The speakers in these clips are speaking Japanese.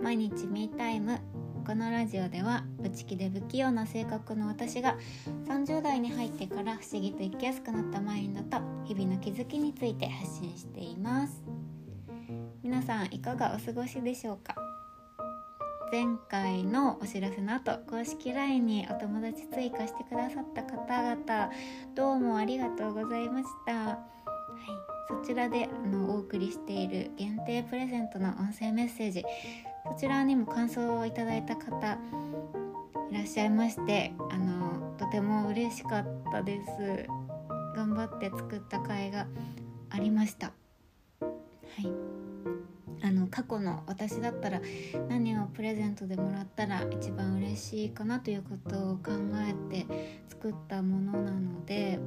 毎日ミータイム。このラジオでは内気で不器用な性格の私が30代に入ってから不思議と生きやすくなったマインドと日々の気づきについて発信しています。皆さんいかがお過ごしでしょうか。前回のお知らせの後、公式 LINE にお友達追加してくださった方々、どうもありがとうございました。そちらでお送りしている限定プレゼントの音声メッセージ、そちらにも感想をいただいた方いらっしゃいまして、とても嬉しかったです。頑張って作った甲斐がありました。過去の私だったら何をプレゼントでもらったら一番嬉しいかなということを考えて作ったものなので、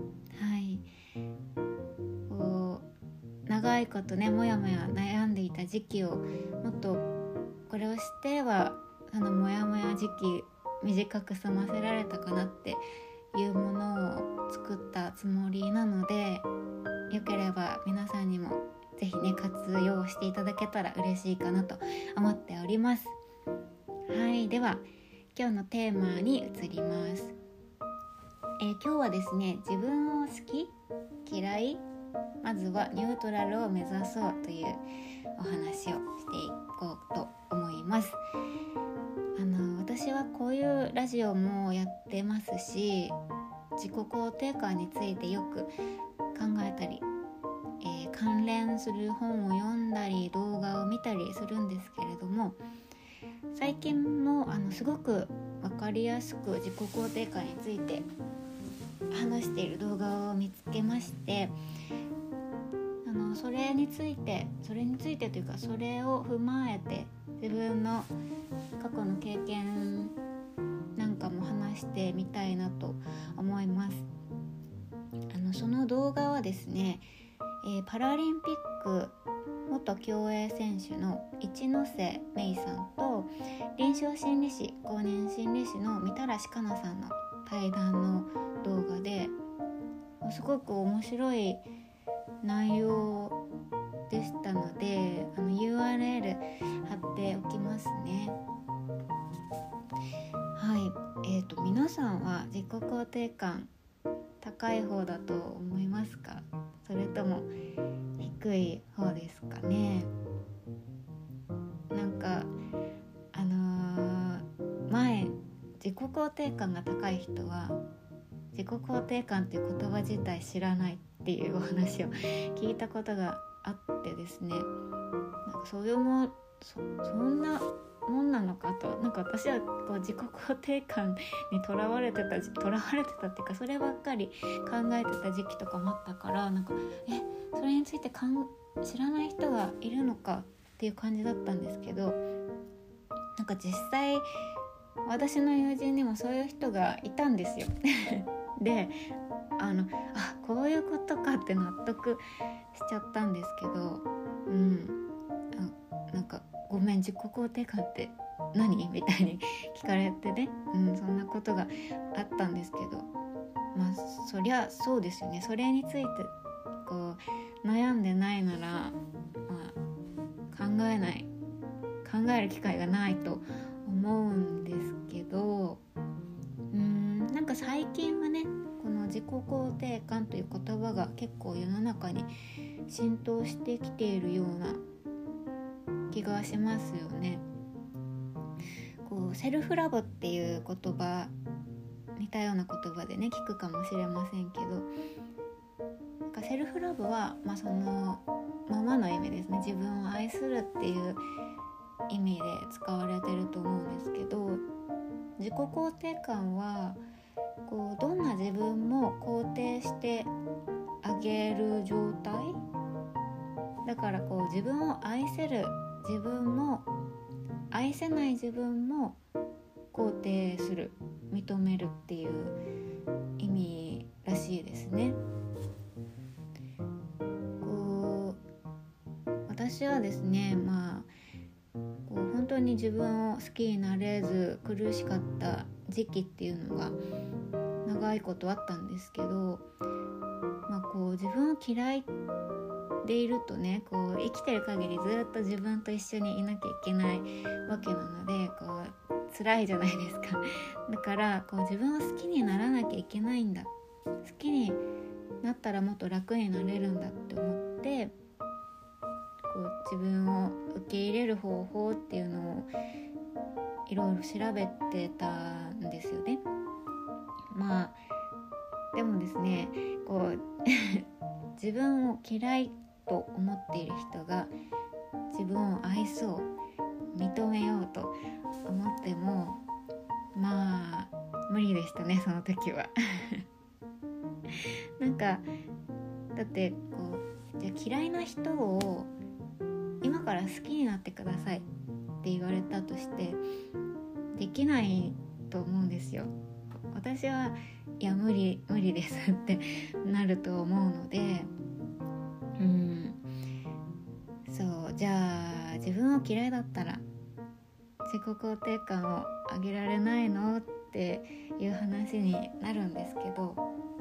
長いことねもやもや悩んでいた時期をもっとこれをしてはもやもや時期短く済ませられたかなっていうものを作ったつもりなので、よければ皆さんにもぜひね活用していただけたら嬉しいかなと思っております。では今日のテーマに移ります。今日はですね、自分を好き嫌い、まずはニュートラルを目指そうというお話をしていこうと思います。私はこういうラジオもやってますし、自己肯定感についてよく考えたり、関連する本を読んだり動画を見たりするんですけれども、最近もすごく分かりやすく自己肯定感について話している動画を見つけまして、それについてというか、それを踏まえて自分の過去の経験なんかも話してみたいなと思います。その動画はですね、パラリンピック元競泳選手の一ノ瀬芽衣さんと臨床心理士公認心理師のみたらしかなさんの対談の動画で、すごく面白い内容でしたのでURL 貼っておきますね。皆さんは自己肯定感高い方だと思いますか？それとも低い方ですかね。前自己肯定感が高い人は自己肯定感っていう言葉自体知らないっていうお話を聞いたことがあってですね、それもそんなもんなのかと、私はこう自己肯定感にとらわれてたっていうか、そればっかり考えてた時期とかもあったから、それについて知らない人がいるのかっていう感じだったんですけど、実際私の友人にもそういう人がいたんですよでこういうことかって納得しちゃったんですけど、ごめん自己肯定感って何みたいに聞かれてね、そんなことがあったんですけど、そりゃそうですよね。それについてこう悩んでないなら、考える機会がないと思うんですけど、最近はねこの自己肯定感という言葉が結構世の中に浸透してきているような気がしますよね。セルフラブっていう言葉、似たような言葉でね聞くかもしれませんけど、セルフラブは、そのままの意味ですね。自分を愛するっていう意味で使われてると思うんですけど、自己肯定感はどんな自分も肯定してあげる状態だから、自分を愛せる自分も愛せない自分も肯定する、認めるっていう意味らしいですね。私はですね、本当に自分を好きになれず苦しかった時期っていうのが長いことあったんですけど、自分を嫌いっでいるとね、こう生きてる限りずっと自分と一緒にいなきゃいけないわけなので、こう辛いじゃないですか。だからこう自分を好きにならなきゃいけないんだ、好きになったらもっと楽になれるんだって思って、こう自分を受け入れる方法っていうのをいろいろ調べてたんですよね。まあでもですね、こう自分を嫌いと思っている人が自分を愛そう認めようと思っても、まあ無理でしたね、その時は。なんかだってこう、じゃあ嫌いな人を今から好きになってくださいって言われたとしてできないと思うんですよ。私はいや無理ですってなると思うので、そうじゃあ自分を嫌いだったら自己肯定感を上げられないのっていう話になるんですけど、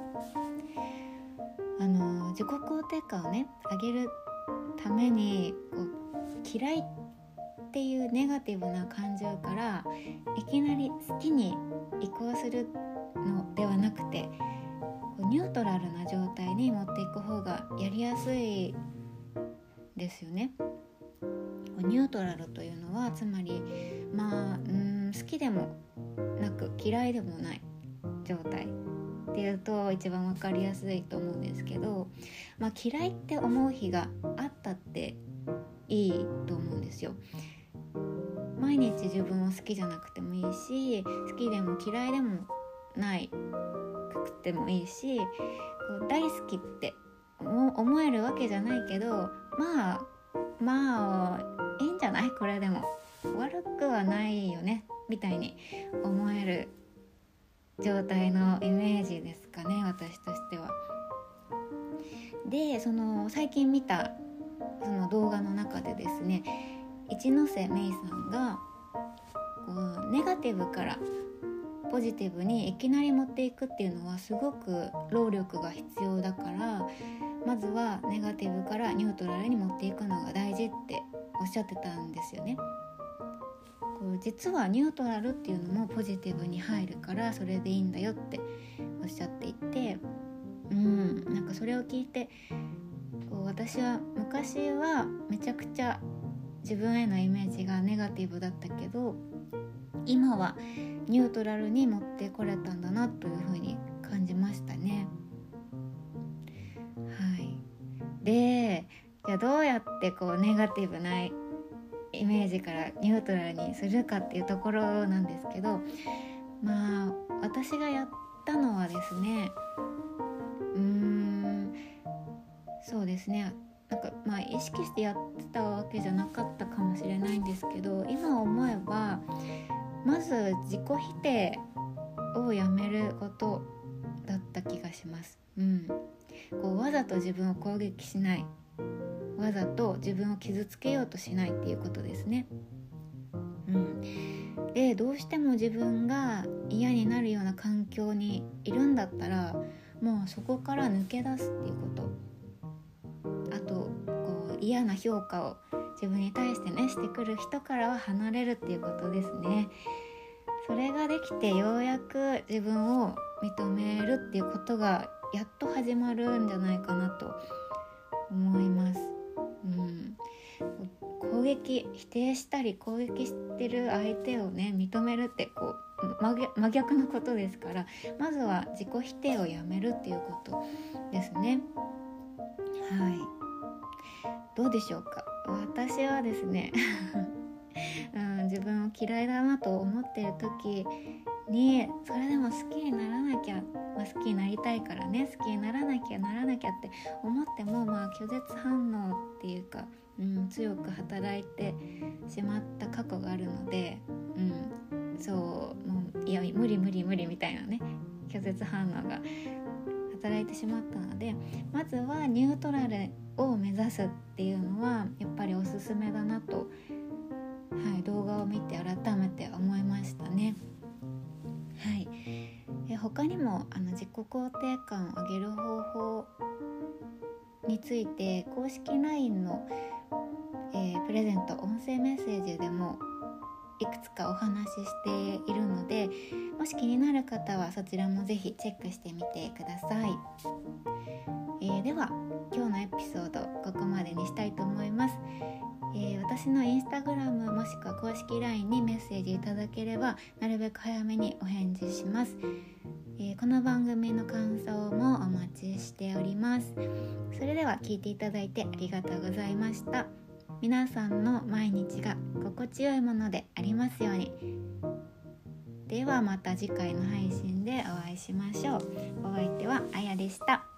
自己肯定感をね上げるためにこう嫌いっていうネガティブな感情からいきなり好きに移行するのではなくて、ニュートラルな状態に持っていく方がやりやすいですよね。ニュートラルというのはつまり好きでもなく嫌いでもない状態っていうと一番わかりやすいと思うんですけど、嫌いって思う日があったっていいと思うんですよ。毎日自分を好きじゃなくてもいいし、好きでも嫌いでもないくてもいいし、こう大好きって思えるわけじゃないけど、まあいいんじゃない、これでも悪くはないよねみたいに思える状態のイメージですかね、私としては。で、その最近見たその動画の中でですね、一ノ瀬メイさんがこうネガティブからポジティブにいきなり持っていくっていうのはすごく労力が必要だから、まずはネガティブからニュートラルに持っていくのが大事っておっしゃってたんですよね。こう実はニュートラルっていうのもポジティブに入るからそれでいいんだよっておっしゃっていて、なんかそれを聞いてこう私は昔はめちゃくちゃ自分へのイメージがネガティブだったけど、今はニュートラルに持ってこれたんだなというふうに感じましたね。はい。で、じゃあどうやってこうネガティブなイメージからニュートラルにするかっていうところなんですけど、私がやったのはですね、そうですね、なんか意識してやってたわけじゃなかったかもしれないんですけど、今思えばまず自己否定をやめることだった気がします。こうわざと自分を攻撃しない、わざと自分を傷つけようとしないっていうことですね。で、どうしても自分が嫌になるような環境にいるんだったら、もうそこから抜け出すっていうこと。あとこう嫌な評価を自分に対してねしてくる人からは離れるっていうことですね。それができてようやく自分を認めるっていうことがやっと始まるんじゃないかなと思います。攻撃否定したり攻撃してる相手をね認めるってこう真逆のことですから、まずは自己否定をやめるっていうことですね。はい、どうでしょうか。私はですね自分を嫌いだなと思ってる時にそれでも好きにならなきゃ、好きになりたいからね、好きにならなきゃって思っても拒絶反応っていうか、強く働いてしまった過去があるので、もういや無理みたいなね拒絶反応が働いてしまったので、まずはニュートラルを目指すっていうのはやっぱりおすすめだなと、動画を見て改めて思いましたね。他にも自己肯定感を上げる方法について公式 LINE の、プレゼント音声メッセージでもいくつかお話ししているので、もし気になる方はそちらもぜひチェックしてみてください。では今日のエピソードここまでにしたいと思います。私のインスタグラムもしくは公式 LINE にメッセージいただければなるべく早めにお返事します。この番組の感想もお待ちしております。それでは聞いていただいてありがとうございました。皆さんの毎日が心地よいものでありますように。ではまた次回の配信でお会いしましょう。お相手はあやでした。